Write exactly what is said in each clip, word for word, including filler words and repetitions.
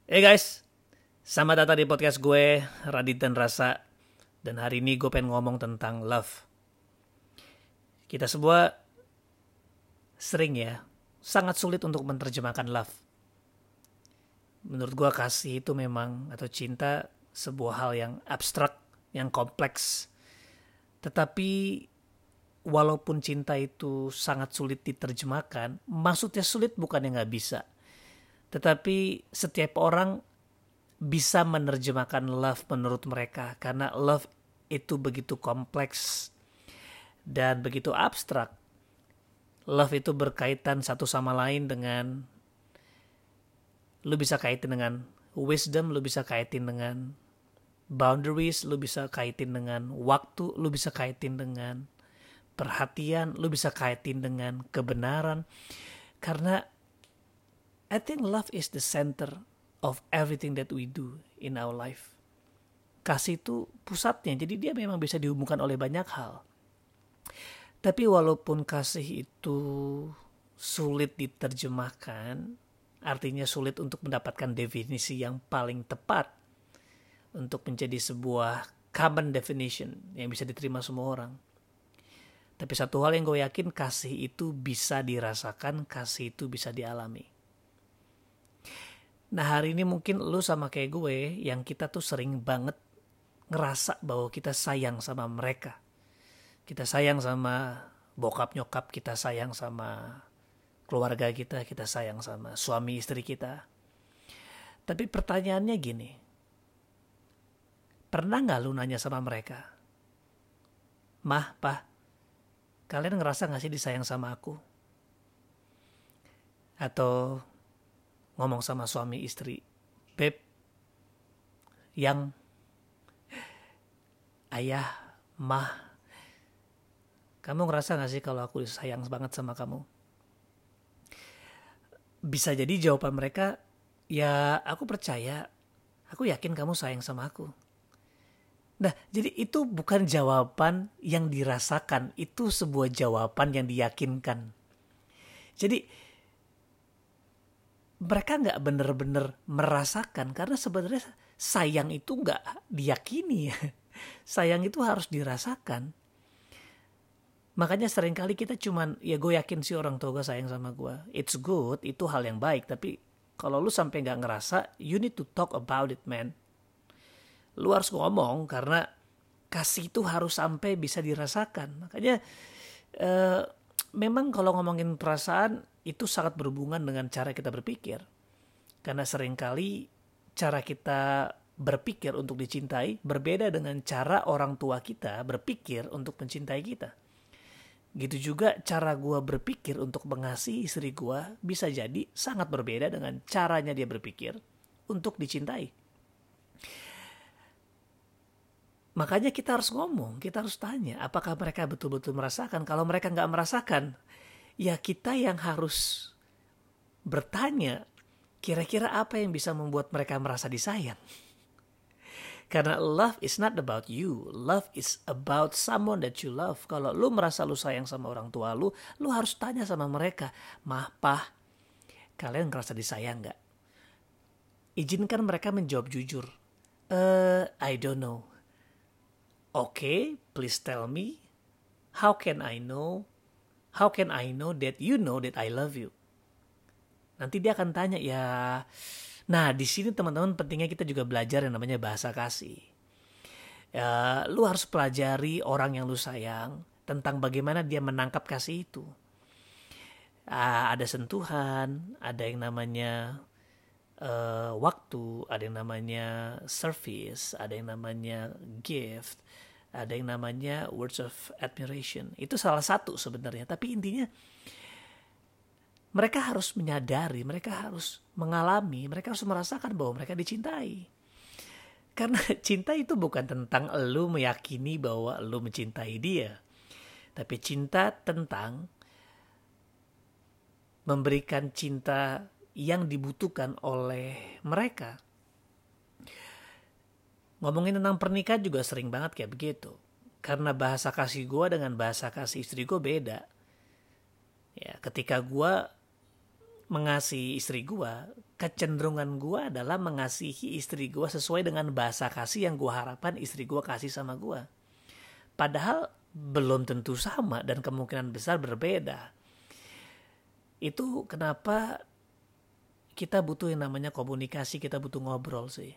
Hey guys, selamat datang di podcast gue, Radit dan Rasa. Dan hari ini gue pengen ngomong tentang love. Kita semua sering ya, sangat sulit untuk menerjemahkan love. Menurut gue kasih itu memang, atau cinta, sebuah hal yang abstrak, yang kompleks. Tetapi walaupun cinta itu sangat sulit diterjemahkan, maksudnya sulit bukan yang gak bisa. Tetapi setiap orang bisa menerjemahkan love menurut mereka. Karena love itu begitu kompleks dan begitu abstrak. Love itu berkaitan satu sama lain dengan, lu bisa kaitin dengan wisdom, lu bisa kaitin dengan boundaries, lu bisa kaitin dengan waktu, lu bisa kaitin dengan perhatian, lu bisa kaitin dengan kebenaran. Karena I think love is the center of everything that we do in our life. Kasih itu pusatnya, jadi dia memang bisa dihubungkan oleh banyak hal. Tapi walaupun kasih itu sulit diterjemahkan, artinya sulit untuk mendapatkan definisi yang paling tepat untuk menjadi sebuah common definition yang bisa diterima semua orang. Tapi satu hal yang gue yakin, kasih itu bisa dirasakan, kasih itu bisa dialami. Nah hari ini mungkin lu sama kayak gue yang kita tuh sering banget ngerasa bahwa kita sayang sama mereka. Kita sayang sama bokap nyokap, kita sayang sama keluarga kita, kita sayang sama suami istri kita. Tapi pertanyaannya gini, pernah gak lu nanya sama mereka? Mah, Pah, kalian ngerasa gak sih disayang sama aku? Atau ngomong sama suami istri, Beb, yang ayah, mah, kamu ngerasa gak sih kalau aku sayang banget sama kamu? Bisa jadi jawaban mereka, ya aku percaya, aku yakin kamu sayang sama aku. Nah, jadi itu bukan jawaban yang dirasakan, itu sebuah jawaban yang diyakinkan. Jadi mereka gak bener-bener merasakan, karena sebenarnya sayang itu gak diyakini. Sayang itu harus dirasakan. Makanya seringkali kita cuman, ya gue yakin sih orang tua gue sayang sama gue. It's good, itu hal yang baik. Tapi kalau lu sampai gak ngerasa, you need to talk about it, man. Lu harus ngomong, karena kasih itu harus sampai bisa dirasakan. Makanya eh, memang kalau ngomongin perasaan, itu sangat berhubungan dengan cara kita berpikir. Karena seringkali cara kita berpikir untuk dicintai berbeda dengan cara orang tua kita berpikir untuk mencintai kita. Gitu juga cara gue berpikir untuk mengasihi istri gue bisa jadi sangat berbeda dengan caranya dia berpikir untuk dicintai. Makanya kita harus ngomong, kita harus tanya apakah mereka betul-betul merasakan. Kalau mereka gak merasakan, ya kita yang harus bertanya, kira-kira apa yang bisa membuat mereka merasa disayang? Karena love is not about you, love is about someone that you love. Kalau lu merasa lu sayang sama orang tua lu, lu harus tanya sama mereka, Mah, Pah, kalian ngerasa disayang gak? Izinkan mereka menjawab jujur, uh, I don't know. Oke, okay, please tell me, how can I know? How can I know that you know that I love you? Nanti dia akan tanya ya. Nah di sini teman-teman pentingnya kita juga belajar yang namanya bahasa kasih. Ya, lu harus pelajari orang yang lu sayang tentang bagaimana dia menangkap kasih itu. Ah, ada sentuhan, ada yang namanya uh, waktu, ada yang namanya service, ada yang namanya gift. Ada yang namanya words of admiration. Itu salah satu sebenarnya. Tapi intinya mereka harus menyadari, mereka harus mengalami, mereka harus merasakan bahwa mereka dicintai. Karena cinta itu bukan tentang lu meyakini bahwa lu mencintai dia. Tapi cinta tentang memberikan cinta yang dibutuhkan oleh mereka. Ngomongin tentang pernikahan juga sering banget kayak begitu. Karena bahasa kasih gue dengan bahasa kasih istri gue beda. Ya, ketika gue mengasihi istri gue, kecenderungan gue adalah mengasihi istri gue sesuai dengan bahasa kasih yang gue harapkan istri gue kasih sama gue. Padahal belum tentu sama dan kemungkinan besar berbeda. Itu kenapa kita butuh yang namanya komunikasi, kita butuh ngobrol sih.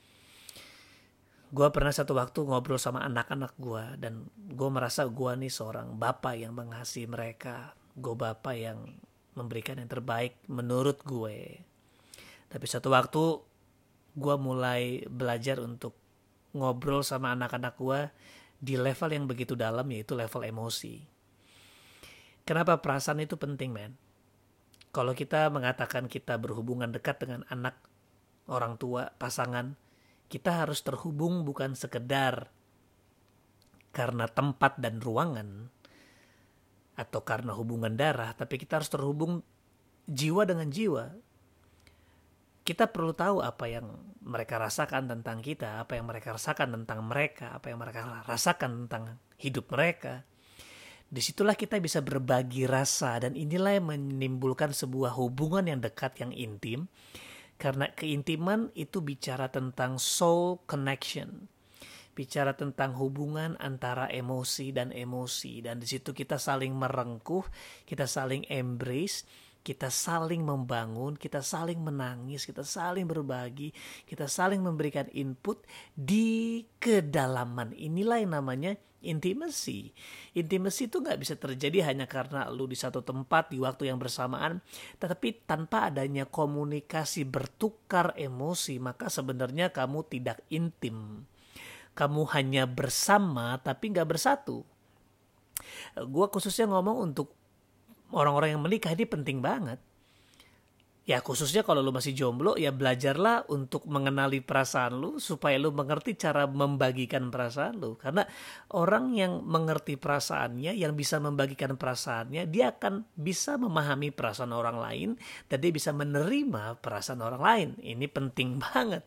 Gue pernah satu waktu ngobrol sama anak-anak gue dan gue merasa gue nih seorang bapak yang mengasihi mereka. Gue bapak yang memberikan yang terbaik menurut gue. Tapi satu waktu gue mulai belajar untuk ngobrol sama anak-anak gue di level yang begitu dalam, yaitu level emosi. Kenapa perasaan itu penting, men? Kalau kita mengatakan kita berhubungan dekat dengan anak, orang tua, pasangan, kita harus terhubung bukan sekedar karena tempat dan ruangan atau karena hubungan darah, tapi kita harus terhubung jiwa dengan jiwa. Kita perlu tahu apa yang mereka rasakan tentang kita, apa yang mereka rasakan tentang mereka, apa yang mereka rasakan tentang hidup mereka. Disitulah kita bisa berbagi rasa, dan inilah yang menimbulkan sebuah hubungan yang dekat, yang intim. Karena keintiman itu bicara tentang soul connection, bicara tentang hubungan antara emosi dan emosi, dan di situ kita saling merengkuh, kita saling embrace, kita saling membangun, kita saling menangis, kita saling berbagi, kita saling memberikan input di kedalaman. Inilah yang namanya intimacy. Intimacy itu gak bisa terjadi hanya karena lu di satu tempat di waktu yang bersamaan, tetapi tanpa adanya komunikasi bertukar emosi, maka sebenarnya kamu tidak intim. Kamu hanya bersama tapi gak bersatu. Gua khususnya ngomong untuk orang-orang yang menikah, ini penting banget. Ya khususnya kalau lu masih jomblo, ya belajarlah untuk mengenali perasaan lu supaya lu mengerti cara membagikan perasaan lu. Karena orang yang mengerti perasaannya, yang bisa membagikan perasaannya, dia akan bisa memahami perasaan orang lain dan dia bisa menerima perasaan orang lain. Ini penting banget.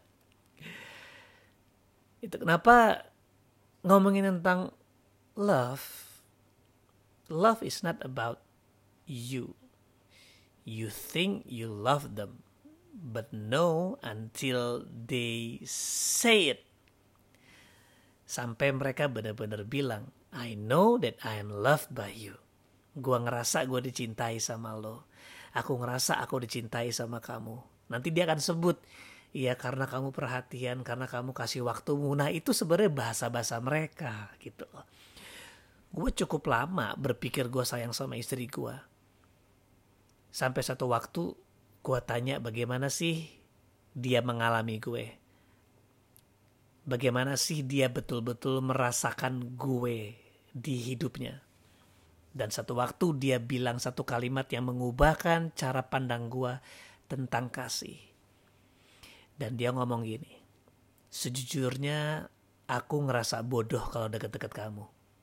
Itu kenapa ngomongin tentang love. Love is not about you. You think you love them, but no until they say it. Sampai mereka benar-benar bilang, I know that I am loved by you. Gua ngerasa gua dicintai sama lo. Aku ngerasa aku dicintai sama kamu. Nanti dia akan sebut, iya karena kamu perhatian, karena kamu kasih waktumu. Nah itu sebenarnya bahasa-bahasa mereka gitu. Gue cukup lama berpikir gue sayang sama istri gue. Sampai satu waktu gue tanya bagaimana sih dia mengalami gue. Bagaimana sih dia betul-betul merasakan gue di hidupnya. Dan satu waktu dia bilang satu kalimat yang mengubahkan cara pandang gue tentang kasih. Dan dia ngomong gini, sejujurnya aku ngerasa bodoh kalau deket-deket kamu.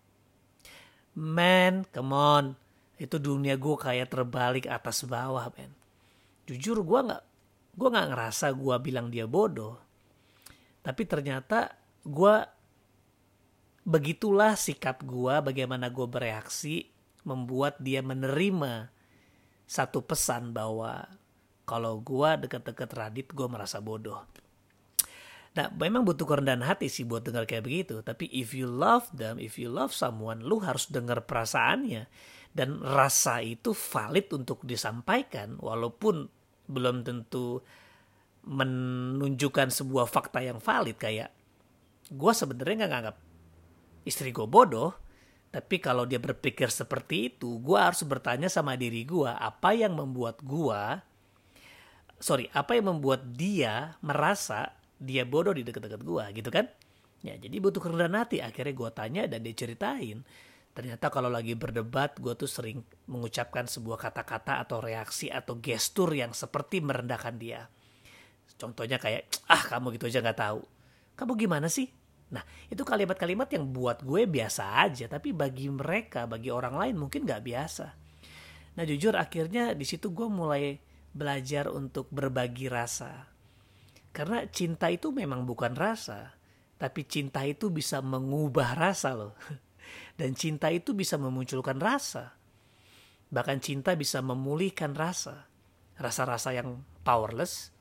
Man, come on. Itu dunia gue kayak terbalik atas bawah, man. Jujur gue gak, gue gak ngerasa gue bilang dia bodoh. Tapi ternyata gue, begitulah sikap gue, bagaimana gue bereaksi, membuat dia menerima satu pesan bahwa kalau gue deket-deket Radit, gue merasa bodoh. Nah, memang butuh kerendahan hati sih buat dengar kayak begitu. Tapi if you love them, if you love someone, lu harus dengar perasaannya. Dan rasa itu valid untuk disampaikan. Walaupun belum tentu menunjukkan sebuah fakta yang valid. Kayak, gue sebenarnya gak nganggap istri gue bodoh. Tapi kalau dia berpikir seperti itu, gue harus bertanya sama diri gue. Apa yang membuat gue, sorry, apa yang membuat dia merasa dia bodoh di dekat-dekat gue, gitu kan? Ya, jadi butuh kerendahan hati. Akhirnya gue tanya dan dia ceritain. Ternyata kalau lagi berdebat, gue tuh sering mengucapkan sebuah kata-kata atau reaksi atau gestur yang seperti merendahkan dia. Contohnya kayak, ah kamu gitu aja gak tahu. Kamu gimana sih? Nah, itu kalimat-kalimat yang buat gue biasa aja. Tapi bagi mereka, bagi orang lain mungkin gak biasa. Nah jujur akhirnya di situ gue mulai belajar untuk berbagi rasa. Karena cinta itu memang bukan rasa. Tapi cinta itu bisa mengubah rasa loh. Dan cinta itu bisa memunculkan rasa. Bahkan cinta bisa memulihkan rasa. Rasa-rasa yang powerless,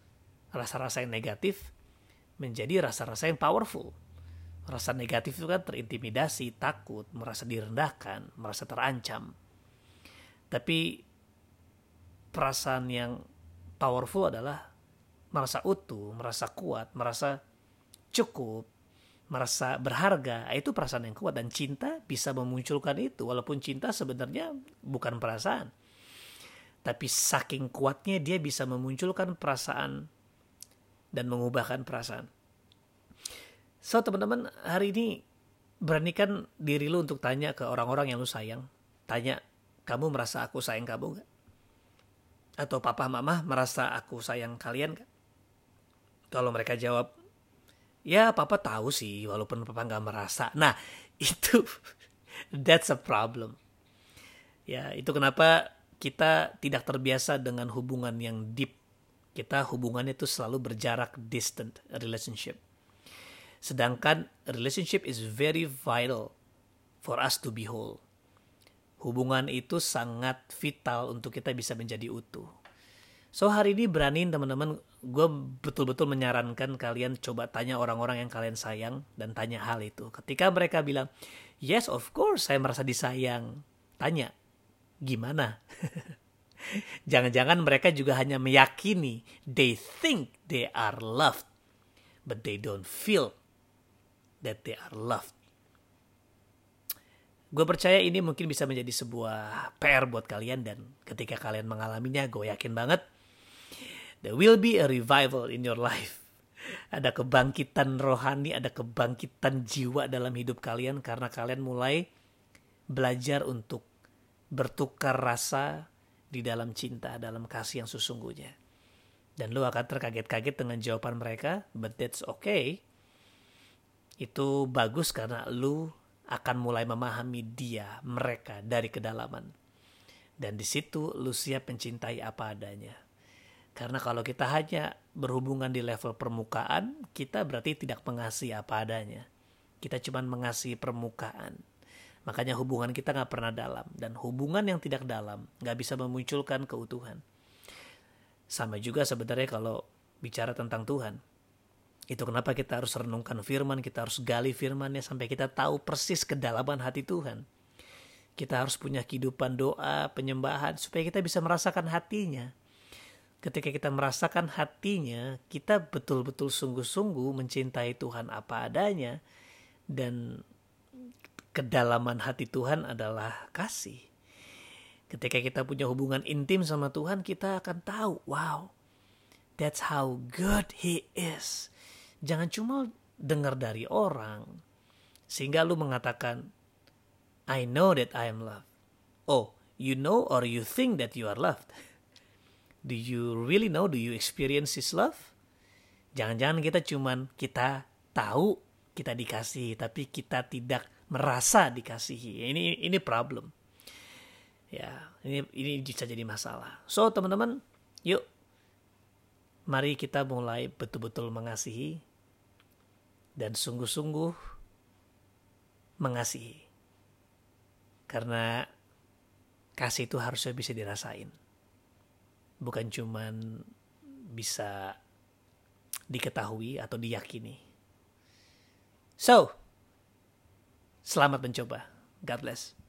rasa-rasa yang negatif menjadi rasa-rasa yang powerful. Rasa negatif itu kan terintimidasi, takut, merasa direndahkan, merasa terancam. Tapi perasaan yang powerful adalah merasa utuh, merasa kuat, merasa cukup, merasa berharga. Itu perasaan yang kuat, dan cinta bisa memunculkan itu. Walaupun cinta sebenarnya bukan perasaan, tapi saking kuatnya dia bisa memunculkan perasaan dan mengubahkan perasaan. So teman-teman, hari ini beranikan diri lu untuk tanya ke orang-orang yang lu sayang. Tanya, kamu merasa aku sayang kamu gak? Atau papa mama merasa aku sayang kalian gak? Kalau mereka jawab, ya papa tahu sih walaupun papa gak merasa. Nah itu, that's a problem. Ya itu kenapa kita tidak terbiasa dengan hubungan yang deep. Kita hubungannya itu selalu berjarak, distant relationship. Sedangkan relationship is very vital for us to be whole. Hubungan itu sangat vital untuk kita bisa menjadi utuh. So hari ini beraniin teman-teman, gue betul-betul menyarankan kalian coba tanya orang-orang yang kalian sayang dan tanya hal itu. Ketika mereka bilang, yes of course saya merasa disayang. Tanya, gimana? Jangan-jangan mereka juga hanya meyakini, they think they are loved, but they don't feel that they are loved. Gue percaya ini mungkin bisa menjadi sebuah P R buat kalian, dan ketika kalian mengalaminya, gue yakin banget there will be a revival in your life. Ada kebangkitan rohani, ada kebangkitan jiwa dalam hidup kalian karena kalian mulai belajar untuk bertukar rasa di dalam cinta, dalam kasih yang sesungguhnya. Dan lu akan terkaget-kaget dengan jawaban mereka, but that's okay. Itu bagus karena lu akan mulai memahami dia, mereka dari kedalaman. Dan di situ lu siap mencintai apa adanya. Karena kalau kita hanya berhubungan di level permukaan, kita berarti tidak mengasihi apa adanya. Kita cuma mengasihi permukaan. Makanya hubungan kita gak pernah dalam. Dan hubungan yang tidak dalam gak bisa memunculkan keutuhan. Sama juga sebenarnya kalau bicara tentang Tuhan. Itu kenapa kita harus renungkan firman, kita harus gali firmannya sampai kita tahu persis kedalaman hati Tuhan. Kita harus punya kehidupan doa, penyembahan, supaya kita bisa merasakan hatinya. Ketika kita merasakan hatinya, kita betul-betul sungguh-sungguh mencintai Tuhan apa adanya. Dan kedalaman hati Tuhan adalah kasih. Ketika kita punya hubungan intim sama Tuhan, kita akan tahu, wow, that's how good He is. Jangan cuma dengar dari orang, sehingga lu mengatakan, I know that I am loved. Oh, you know or you think that you are loved. Do you really know? Do you experience His love? Jangan-jangan kita cuman kita tahu kita dikasihi, tapi kita tidak merasa dikasihi. Ini ini problem. Ya, ini ini bisa jadi masalah. So teman-teman, yuk, mari kita mulai betul-betul mengasihi dan sungguh-sungguh mengasihi. Karena kasih itu harusnya bisa dirasain. Bukan cuman bisa diketahui atau diyakini. So, selamat mencoba. God bless.